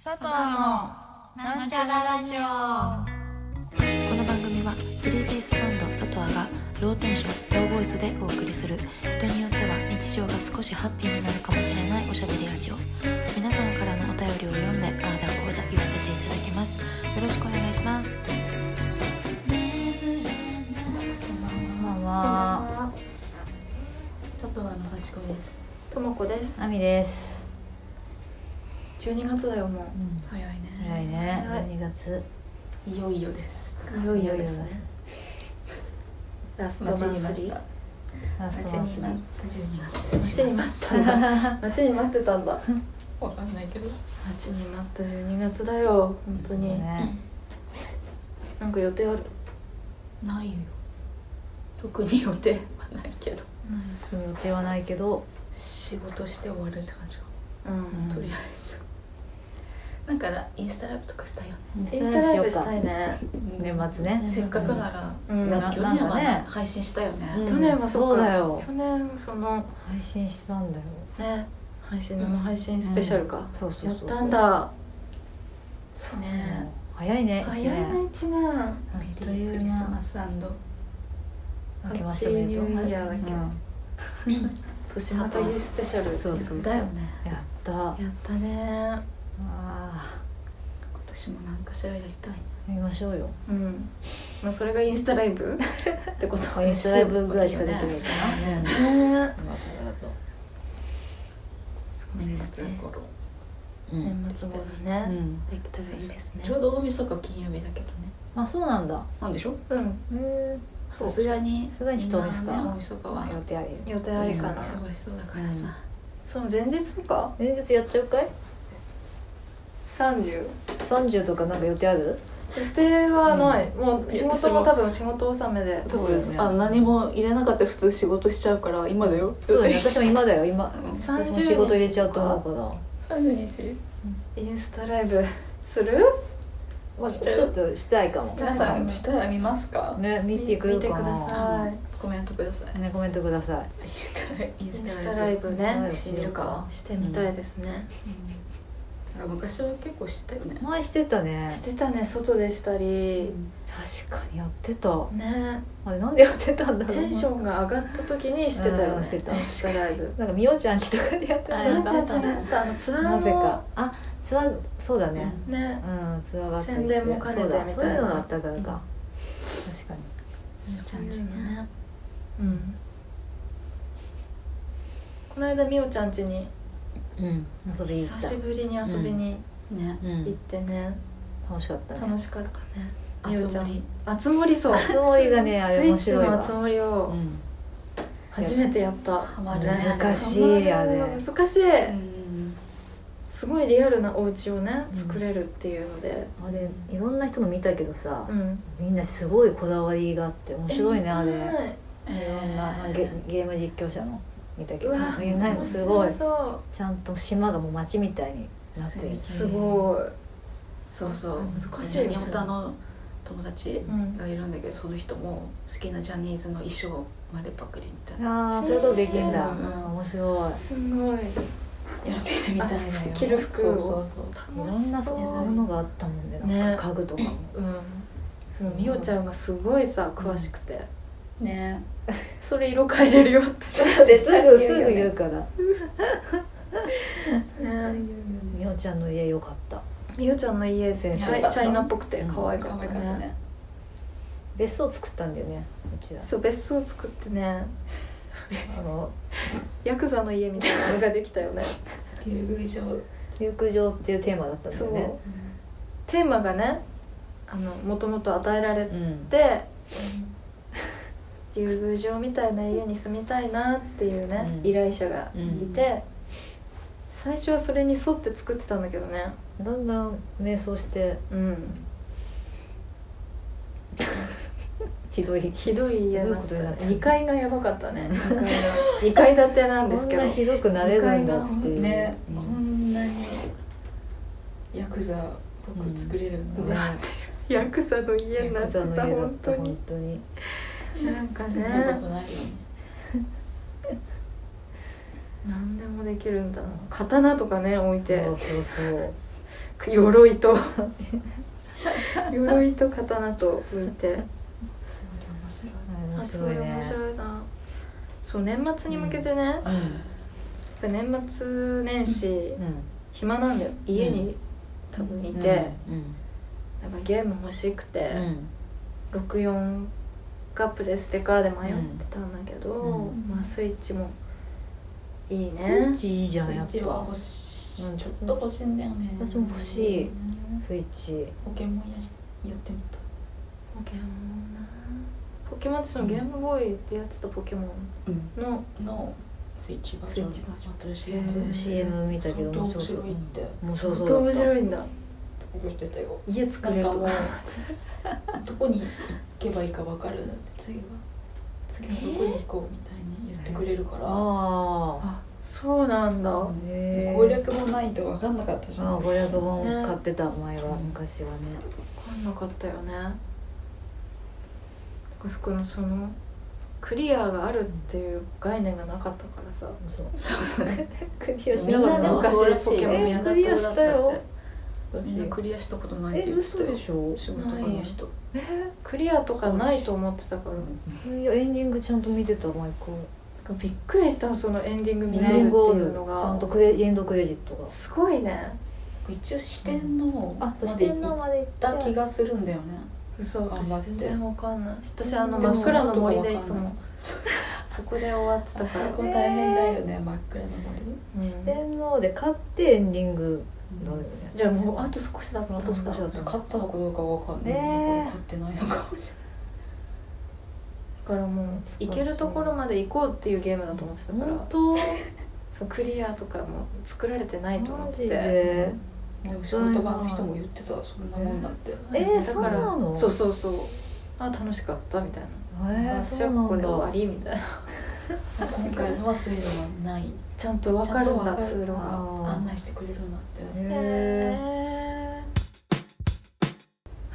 佐藤のなんちゃらラジオ。 この番組はスリーピースバンド佐藤がローテンションローボイスでお送りする、人によっては日常が少しハッピーになるかもしれないおしゃべりラジオ。皆さんからのお便りを読んでああだこうだ言わせていただきます。よろしくお願いします。 こんばんは。佐藤の幸子です。 ともこです。 あみです。 12月だよもう、 早いね。 早いね。 早い 12月。 いよいよです。 いよいよですね。ラスト待ちに祭り。 待ったラス待ちトマンスリー。 に待った12月。 待ちに待ったんだ。待ちに待ってたんだ。 わかんないけど。 待ちに待った12月だよ本当に、 ね。 なんか予定ある？ ないよ。特に予定はないけど。 予定はないけど、 仕事して終わるって感じか。 うん、 とりあえず。なんかインスタライブとかしたいよね。 インスタライブしたいね。 年末ね。 せっかくなら、 うんだって去年はなんかね配信したよね。 うん去年はそうだよ去年その配信してたんだよ。 ね配信生配信スペシャルか、 そうそうそう。 やったん。だ。 そうね。 早いね。 早いね1年。 あっとメリークリスいう間。 マス& 明けましておめでとう。 ハッピーニューイヤーだっけうん年またぎスペシャル。 そうそうだよね。 やった。 やったね。 あ今年も何かしらやりたいね。 あ、やりましょうよ。 うんまあそれがインスタライブってことインスタライブぐらいしかできないかな。 ねね年末頃、 年末頃ね、 うん。 できたらいいですね。 ちょうど大晦日金曜日だけどね。 あ、そうなんだ。 なんでしょ。 うんさすがにさすがにちょっと大晦日みんなね大晦日は予定ある。 予定ありかな。 忙しそうだからさ、 その前日とか前日やっちゃうかい 30 ？30とかなんか予定ある？ 予定はない、もう仕事も多分仕事納めで。 多分、 そうだよね何も入れなかったら普通仕事しちゃうから今だよ。 そうだね、私も今だよ、今。 うん私も仕事入れちゃうと思うから。 何日？ インスタライブする？ まあ、ちょっとしたいかも。 皆さんしたら見ますか？ ね、見てくるか見てくだな。 さい。 コメントください。 ね、コメントください。 インインスタライブねしてみるか。 してみたいですね、 昔は結構してたよね。 前してたね。 してたね、外でしたり、 確かにやってた。 ねあれなんでやってたんだろう。 テンションが上がった時にしてたよね、 うんしてたインスタライブ。 なんかみおちゃんちとかでやってた。 あなちゃんさんがやってたツアーのなぜか。あ、ツアー、そうだね。 ね、 うん、ツアーがあったりして。 宣伝も兼ねてそうだみたいなそういうのがあったからか。確かに。 ちゃんちね。 うんこの間みおちゃん家にうん、遊びに行った。 久しぶりに遊びにね。 うん行ってね、 楽しかったね。 楽しかったね。 あみおちゃんつ森あつ森、そうつ森がね、あれスイッチ面白いわ。 のあつ森をうん初めてやった。 ハマるね。 難しいあれ。 難しい、 うんすごいリアルなお家をねうん作れるっていうので、 あれいろんな人の見たけどさ、 うん、 みんなすごいこだわりがあって面白いね、あれ。いろんなゲーム実況者の見たけど、 うわみんなもすごい面白そちゃんと島がもう街みたいになってる。 うすごい、 そうそう。 難しいジャニオタの友達うんがいるんだけど、その人も好きなジャニーズの衣装丸パクリみたいなああ、そういうことできんだ。 うんうん、面白い。 すごいやってるみたいだよ。 着る服をそうそうそう。 いろ楽しんなそうものがあったもんね。なんか家具とかも。 うんそのみおちゃんがすごいさ詳しくて、 ね。 それ色変えれるよってさすぐ言うから。 ねみおちゃんの家良かった。 みおちゃんの家チ先生ャイナっぽくて可愛か可ったね、 愛かったね。 別荘作ったんだよね、うちら。 そう別荘作ってねあのヤクザの家みたいなのができたよね竜宮城。 陸上っていうテーマだったんだそう、 よね。 テーマがねもともと与えられうん。 て、竜宮城みたいな家に住みたいなっていうね、 うん依頼者がいて、最初はそれに沿って作ってたんだけどね、 だんだん迷走してうん、 ひどい。 ひどい家だっどういうことになったた。2階がやばかったね。2階建てなんですけど、 こんなひどくなれるんだっていう。 ね、 うんこんなにヤクザっぽく作れるんだね。 ヤクザの家になってた。 ヤクザの家だった本当に本当に。 なんかそんなねことないよね。 何でもできるんだな。刀とかね置いてそうそうそう。 鎧と鎧と刀と浮いて面白いね。 面白いな。そう年末に向けてね、やっぱ年末年始、暇なんだよ家に多分いて、なんかゲーム欲しくて、64かプレステかで迷ってたんだけど、まあスイッチもいいね。 スイッチいいじゃん。やっぱスイッチは欲しい、ちょっと欲しいんだよね。 私も欲しいスイッチ。 ポケモンやってみた。ポケモンな。ポケモンってそのゲームボーイでやってたポケモンのスイッチバージョン。新しいやつ。 CM 見たけど面白いって。 相当面白いんだ。 覚えてたよ。 家作れるとか。 どこに行けばいいか分かるって次のどこに行こうみたいに言ってくれるから。 あ、そうなんだ。 攻略もないと分かんなかったじゃん。 攻略本買ってた前は昔はね。 分かんなかったよね。そのクリアがあるっていう概念がなかったからさ。 そうクリアしみんなでもそうらしいよ。 みんなクリアしたよ。 みんなクリアしたことないって言ってたよ。 嘘でしょ。 仕事場の人。 クリアとかないと思ってたから。 いやエンディングちゃんと見てた毎回。 びっくりしたのそのエンディング見れるっていうのが。 ちゃんとエンドクレジットが。 すごいね。 一応四天王まで行った気がするんだよね。 嘘、私全然わかんない。私真っ暗の森でいつもそこで終わってたから。 そこ大変だよね、真っ暗の森。 四天王で勝ってエンディングだよね。 じゃあもうあと少しだった。 勝ったのかどうかわかんない。勝ってないのかもしれない。 だからもう行けるところまで行こうっていうゲームだと思ってたから。 本当？ そうクリアとかも作られてないと思ってて。 でも仕事場の人も言ってた、そんなもんだって。 そうなの？ そう。あ、楽しかったみたいな。私はここで終わりみたいな。 今回のはそういうのはない。 ちゃんと分かるんだ、通路が案内してくれるんだって。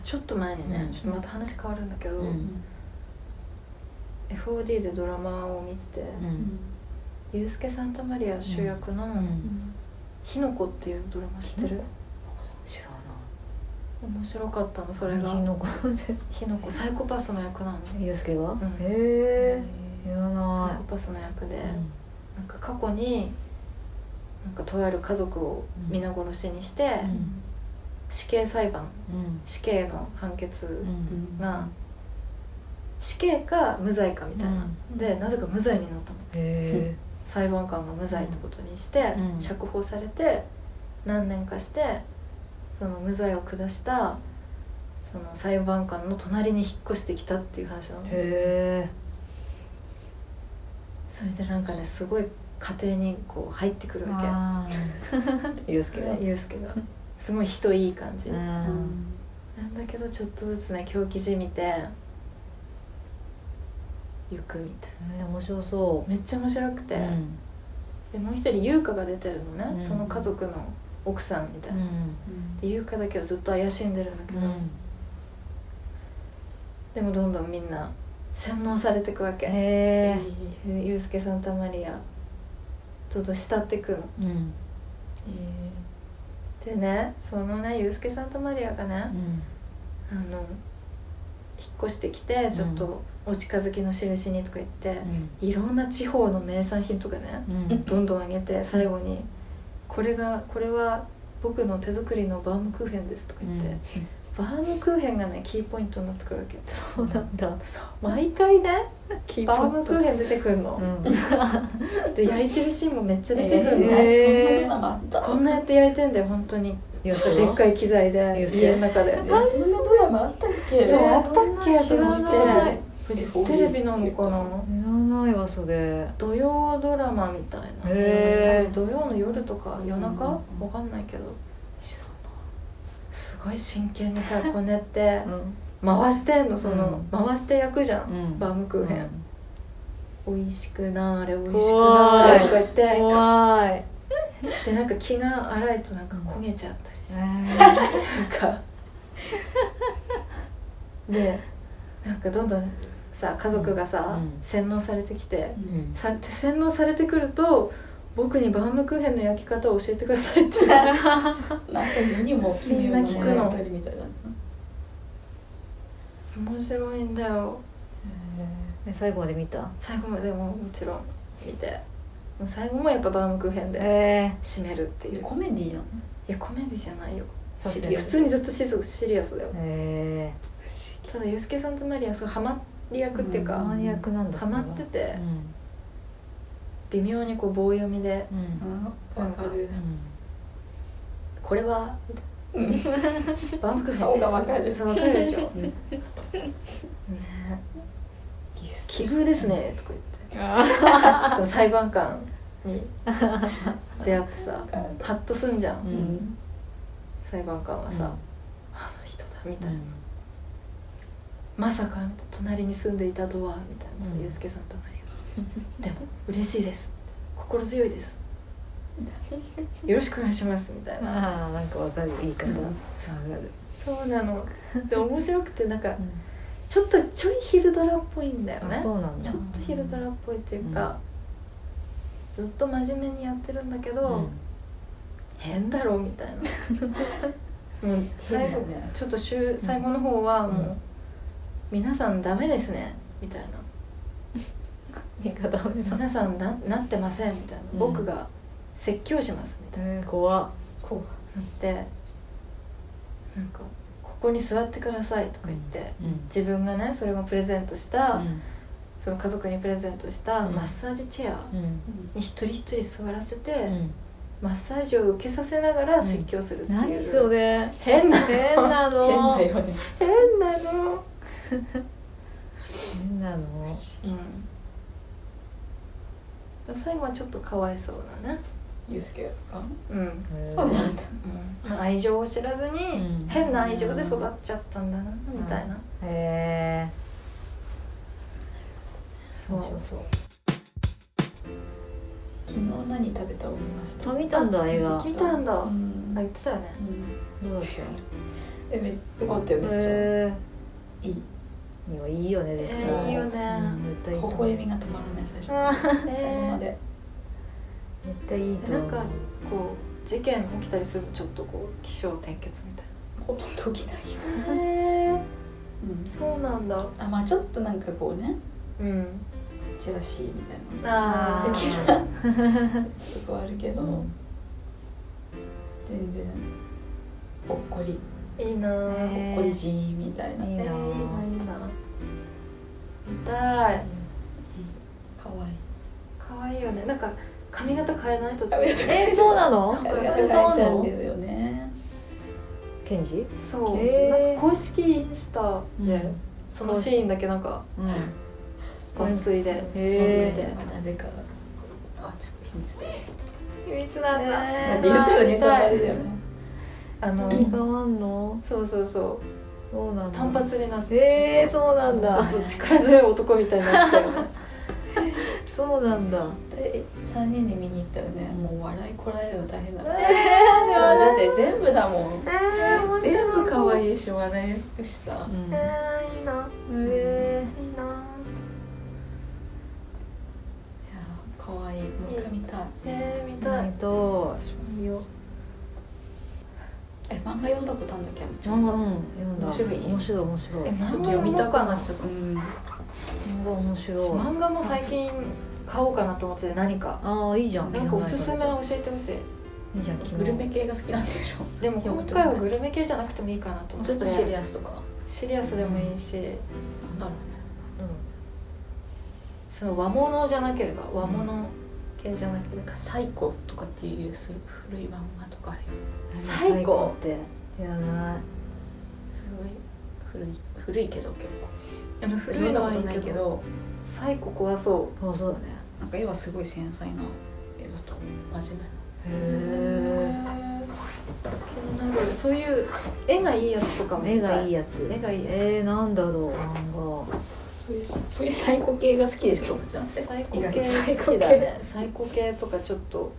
ちょっと前にね、ちょっとまた話変わるんだけど、FOD でドラマを見てて、ユースケ・サンタマリア主役の火の粉っていうドラマ知ってる？ 知らない。 面白かったの、それが。 火の粉サイコパスの役なの。 ユースケが？ へえ、知らない。 サイコパスの役で、なんか過去になんかとある家族を皆殺しにして、死刑裁判、死刑の判決が死刑か無罪かみたいな、でなぜか無罪になったの。裁判官が無罪ってことにして釈放されて、何年かしてその無罪を下したその裁判官の隣に引っ越してきたっていう話なの。それでなんかね、すごい家庭にこう入ってくるわけ。ユースケがすごい人いい感じなんだけど、ちょっとずつね狂気じみて行くみたいな。 面白そう。 めっちゃ面白くて、でもう一人優香が出てるのね、その家族の奥さんみたいな、で優香だけはずっと怪しんでるんだけど、でもどんどんみんな洗脳されていくわけ。ユースケ・サンタマリアどんどん慕っていくの。でね、そのねユースケ・サンタマリアがね、引っ越してきてちょっとお近づきの印にとか言って、いろんな地方の名産品とかね、どんどんあげて、最後にこれは僕の手作りのバームクーヘンですとか言って、バームクーヘンがねキーポイントになってくるわけ。 そうなんだ。 毎回ねバームクーヘン出てくるの、で焼いてるシーンもめっちゃ出てくるの。こんなやって焼いてんだよ本当に。でっかい機材で家の中で。 そんなドラマあったっけ？ そうあったっけと思って。フジテレビなのかな。 知らないわそれ。 土曜ドラマみたいな。多分土曜の夜とか夜中、わかんないけど。すごい真剣にさこねって回してんの、その回して焼くじゃん、バームクーヘン。美味しくなーれ美味しくなーれとか言って、怖い。でなんか気が荒いとなんか焦げちゃったりして、なんかでなんかどんどんさ家族がさ、洗脳されてきて、洗脳されてくると僕にバームクーヘンの焼き方を教えてくださいってなんか世にも奇妙な物語みたいな。 面白いんだよ。 最後まで見た？ 最後までもちろん見て、もう最後もやっぱバームクーヘンで締めるっていう。 コメディなの？ いやコメディじゃないよ。 シリアス。 普通にずっとシリアスだよ。ただユースケ・サンタマリアハマり役っていうか、 ハマり役なんだ。 ハマってて、微妙にこう棒読みで、 わかる。 これはバームクーヘン顔がわかる。 そうわかるでしょ。ね、奇遇ですねとか言ってその裁判官に出会ってさハッとすんじゃん、裁判官はさ、あの人だみたいな、まさか隣に住んでいたとはみたいなさ、ユースケ・サンタマリアでも嬉しいです、心強いです、よろしくお願いしますみたいな。 なんかわかる言い方。 そうなの。で面白くてなんか、ちょっとちょい昼ドラっぽいんだよね。 そうなんだ。 ちょっと昼ドラっぽいっていうか、ずっと真面目にやってるんだけど、変だろみたいな。もう最後、ちょっと最後の方はもう、皆さんダメですねみたいな。皆さん なってませんみたいな、僕が説教しますみたいな。 怖っ。 でなんかここに座ってくださいとか言って、自分がねそれもプレゼントした、その家族にプレゼントしたマッサージチェアに一人一人座らせて、マッサージを受けさせながら説教するっていう、 何それ変なの変だよね。 変なの変なの。 でも最後はちょっとかわいそうなね。 ユースケがそうなんだ、愛情を知らずに変な愛情で育っちゃったんだなみたいな。 へえ。 そう昨日何食べたを見ました。 見たんだ映画。 見たんだ。言ってたよね。 どうだった？ よかったよめっちゃいい。 いいよね絶対。 いいよね。 微笑みが止まらない最初。最後まで。 絶対いいと思う。 なんかこう事件起きたりするのちょっとこう起承転結みたいな。ほとんど起きないよ。 へえ。そうなんだ。 まあちょっとなんかこうね。チラシみたいな。的なとこあるけど、全然ほっこり。 いいな。ほっこりじーみたいな。 いいな。見たい。 かわいい。 かわいいよね。なんか髪型変えないとそうなの？ 髪型変えちゃうんですよね。 ケンジ？ そう。なんか公式インスタでそのシーンだけなんか抜粋で知ってて。 なぜか。ちょっと秘密なんだ。 なんて言ったらネタバレだよね。 そうそうなんだ。 単発になって。 そうなんだ。 ちょっと力強い男みたいになってたよね。 そうなんだ。 3人で見に行ったらね、もう笑いこらえるの大変だ。だって全部だもん。全部可愛いし笑えるしさ。 いいな。いいな。いや可愛い。もう一回見たい。 見たい。見よう。漫画読んだことあるんだっけ？ 読んだ。面白い。 漫画読みたくなっちゃった。 漫画面白い。 漫画も最近買おうかなと思ってて、何か。 いいじゃん。 なんかおすすめ教えてほしい。 いいじゃん。 グルメ系が好きなんでしょ。 でも今回はグルメ系じゃなくてもいいかなと思って。 ちょっとシリアスとか。 シリアスでもいいし。 なんだろうね。 その和物じゃなければ和物系じゃなければ。 サイコとかっていう古い漫画とかあるよ。 サイコってやらない。 すごい古いけど結構。 古いのはいいけど。 サイコ怖そう。 そうだね。 なんか絵はすごい繊細な絵だと真面目な。気になる。そういう絵がいいやつとかも。 絵がいいやつ。なんだろう。 そういうサイコ系が好きでしょ、ともちゃんって。 サイコ系好きだね。サイコ系とかちょっと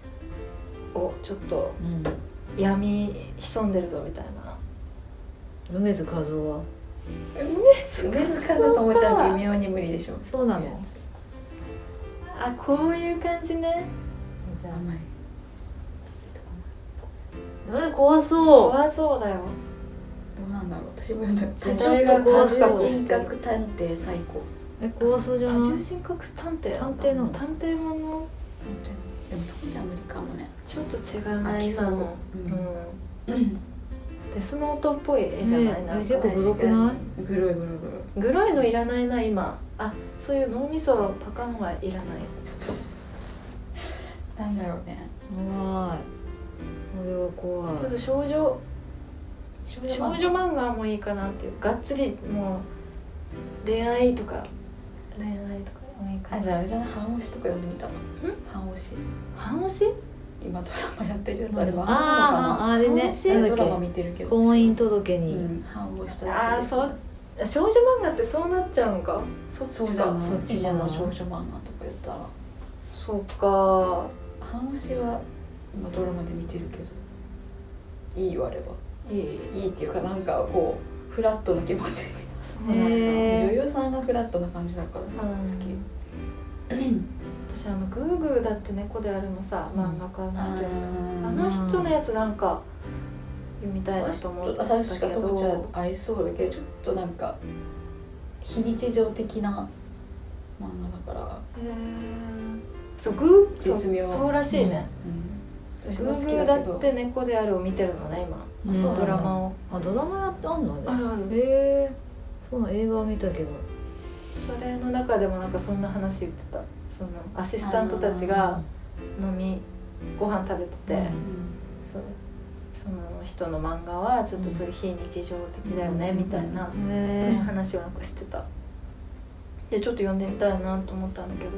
闇潜んでるぞみたいな。 梅津和夫は？ 梅津和夫ともちゃん微妙に無理でしょ。 そうなの？ こういう感じね。 怖そう。 怖そうだよ。 どうなんだろう、私も読んだ。 時代が怖そう多重人格探偵最高。 怖そうじゃない？ 多重人格探偵探偵なの？ 探偵もの。 でもともちゃん無理かもね。 ちょっと違うな今の。デスノートっぽい絵じゃないな。 結構グロくない？ グロい。 グロいのいらないな今。あ、そういう脳みそパカンはいらない。 なんだろうね。 怖い。これは怖い。 ちょっと少女漫画もいいかなっていう。がっつりもう恋愛とかもいいかな。 じゃああれじゃない、半押しとか読んでみたの。半押し。 半押し？ 今ドラマやってるやつあれば。 あれね。 ドラマ見てるけど。 婚姻届に。 半押しただけで。 そう。少女漫画ってそうなっちゃうのか。そっちじゃない。 そっちじゃない。少女漫画とか言ったら。 そうか。 半押しは今ドラマで見てるけど。いい言われば。いいっていうか、なんかこうフラットな気持ち。女優さんがフラットな感じだからさ、好き。 私グーグーだって猫であるのさ、漫画家の人じゃん。あの人のやつなんか読みたいなと思ったけど。 確かともちゃん合いそうだけど、ちょっとなんか非日常的な漫画だから。 そう絶妙。 そうらしいね。グーグーだって猫であるを見てるのね今。ドラマを。 ドラマあんのね。 あるある。 そうな、映画は見たけど。 それの中でもなんかそんな話言ってた。そのアシスタントたちがご飯食べてて、その人の漫画はちょっとそれ非日常的だよねみたいな話をなんかしてた。でちょっと読んでみたいなと思ったんだけど、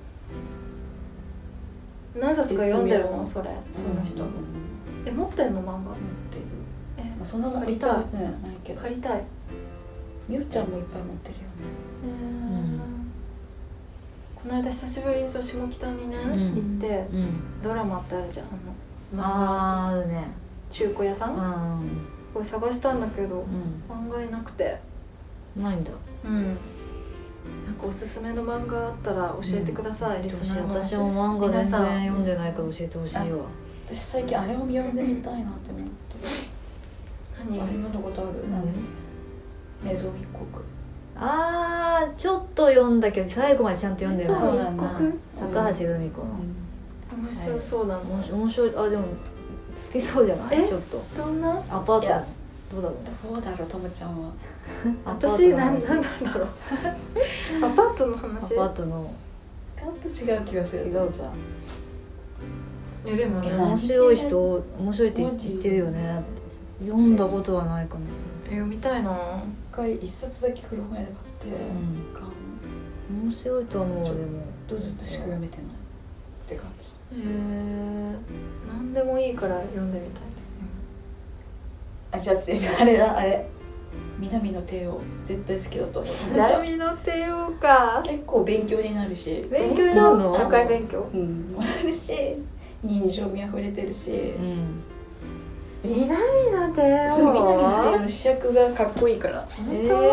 何冊か読んでるのその人。持ってんの漫画？持ってる。そんな借りたい。借りたい。 みゆちゃんもいっぱい持ってるよね。 この間久しぶりに下北にね行ってドラマってあるじゃん、 あるね、 中古屋さん、これ探したんだけど漫画いなくて。 ないんだ。 なんかおすすめの漫画あったら教えてください、リスナーの。 私も漫画全然読んでないから教えてほしいわ。 私最近あれを読んでみたいなって思って。 何？ あれ読んだことある？メゾン一国。 ちょっと読んだけど最後までちゃんと読んでない。 そうなんだ。 高橋留美子の。 面白そうなの。 面白い。でも好きそうじゃない？ちょっと。 どんな？ アパート。どうだろうともちゃんは。 私なんだろう。アパートの話？ アパートの。 ちょっと違う気がする。 違うじゃん。 でもね、 面白いって言ってるよね。読んだことはないかな。 読みたいな。 一冊だけ古本屋で買って、 面白いと思う。でもちょっとずつしか読めてないって感じ。 何でもいいから読んでみたい。 じゃああれだ、あれ南の帝王絶対好きだと思う。 南の帝王か。 結構勉強になるし。 勉強になるの？ 社会勉強？ なるし、人情味あふれてるし。 南の帝王。 南の帝王の主役がかっこいいから。 ちょ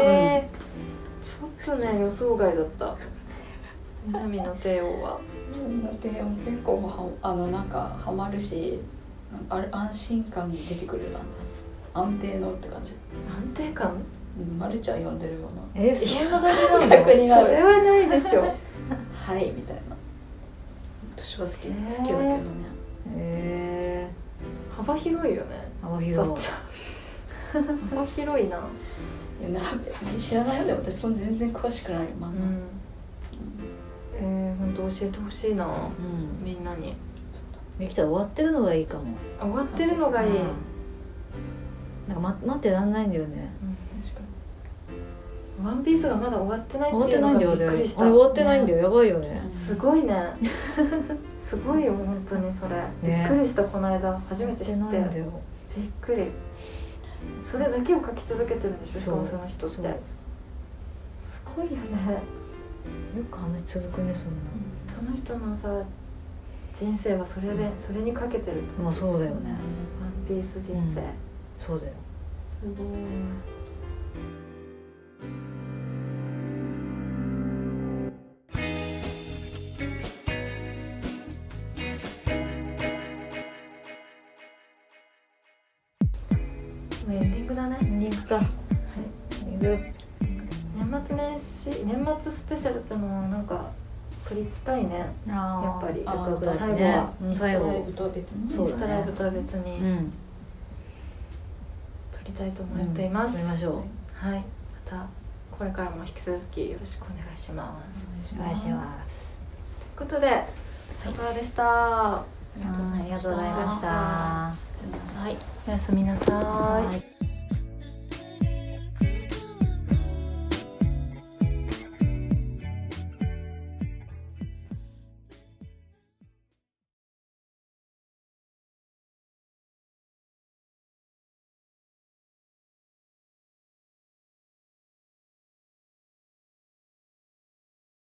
っとね予想外だった。南の帝王は。 南の帝王結構なんかハマるし、安心感出てくるな。安定のって感じ。 安定感？ まるちゃん読んでるような。 そんな感じなの？ 逆になる。 それはないでしょ。 はいみたいな。私は好きだけどね。 幅広いよね。 幅広い。 幅広いな。 知らないよね。私全然詳しくないよ漫画。 本当教えてほしいな。みんなに。 できたら終わってるのがいいかも。 終わってるのがいい。 なんか待ってらんないんだよね。 確かに。ワンピースがまだ終わってないっていうのがびっくりした。 終わってないんだよ。やばいよね。 すごいね。すごいよ本当にそれ。びっくりしたこの間初めて知って。びっくり。それだけを書き続けてるんでしょ。しかもその人って。すごいよね。 よく話続くねそんな。 その人のさ人生はそれにかけてると。 まあそうだよね。 ワンピース人生。 そうだよ。 すごい。 エンディングだね。 エンディングか。はい。エンディング。 年末スペシャルってのはなんか撮りたいね。やっぱりせっかくだしね。 インスタライブとは別に。 インスタライブとは別に撮りたいと思っています。 撮りましょう。 はい。またこれからも引き続きよろしくお願いします。 お願いします。 ということで佐藤でした。 ありがとうございました。 おやすみなさい。 おやすみなさい。